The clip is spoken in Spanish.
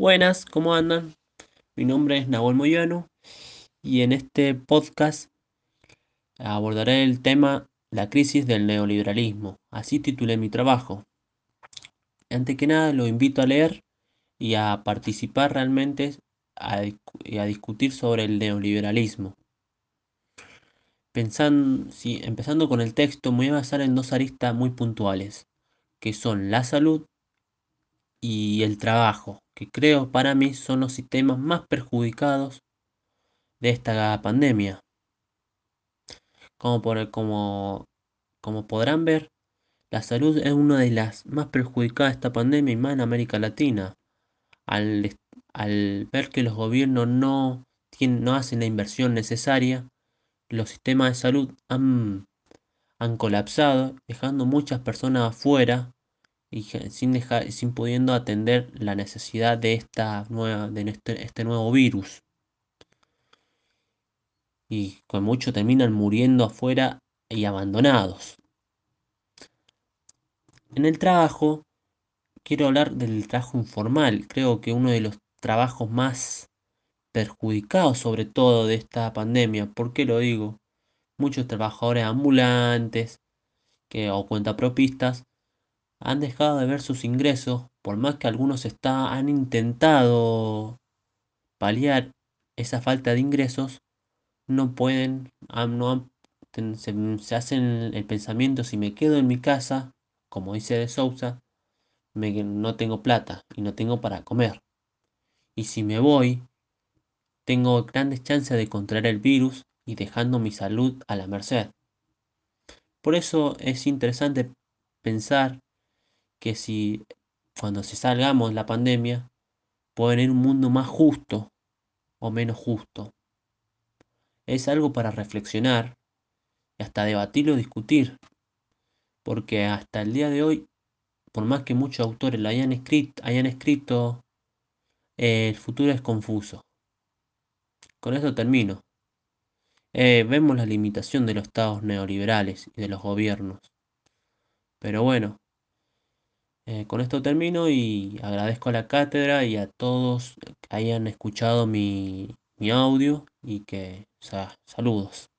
Buenas, ¿cómo andan? Mi nombre es Nahuel Moyano y en este podcast abordaré el tema la crisis del neoliberalismo. Así titulé mi trabajo. Antes que nada, lo invito a leer y a participar realmente y a discutir sobre el neoliberalismo. Empezando con el texto, me voy a basar en dos aristas muy puntuales, que son la salud y el trabajo, que creo para mí son los sistemas más perjudicados de esta pandemia. Como podrán ver, la salud es una de las más perjudicadas de esta pandemia y más en América Latina. Al, est- Al ver que los gobiernos no hacen la inversión necesaria, los sistemas de salud han colapsado, dejando muchas personas afuera y sin pudiendo atender la necesidad de este nuevo virus. Y con muchos terminan muriendo afuera y abandonados. En el trabajo, quiero hablar del trabajo informal. Creo que uno de los trabajos más perjudicados sobre todo de esta pandemia. ¿Por qué lo digo? Muchos trabajadores ambulantes o cuentapropistas han dejado de ver sus ingresos, por más que algunos han intentado paliar esa falta de ingresos, no pueden, no han- se hacen el pensamiento: si me quedo en mi casa, como dice De Sousa, no tengo plata y no tengo para comer. Y si me voy, tengo grandes chances de contraer el virus y dejando mi salud a la merced. Por eso es interesante pensar que si cuando se salgamos de la pandemia puede venir un mundo más justo o menos justo. Es algo para reflexionar y hasta debatir o discutir, porque hasta el día de hoy, por más que muchos autores lo hayan escrito, el futuro es confuso. Con esto termino. Vemos la limitación de los estados neoliberales y de los gobiernos. Pero bueno, con esto termino y agradezco a la cátedra y a todos que hayan escuchado mi audio y saludos.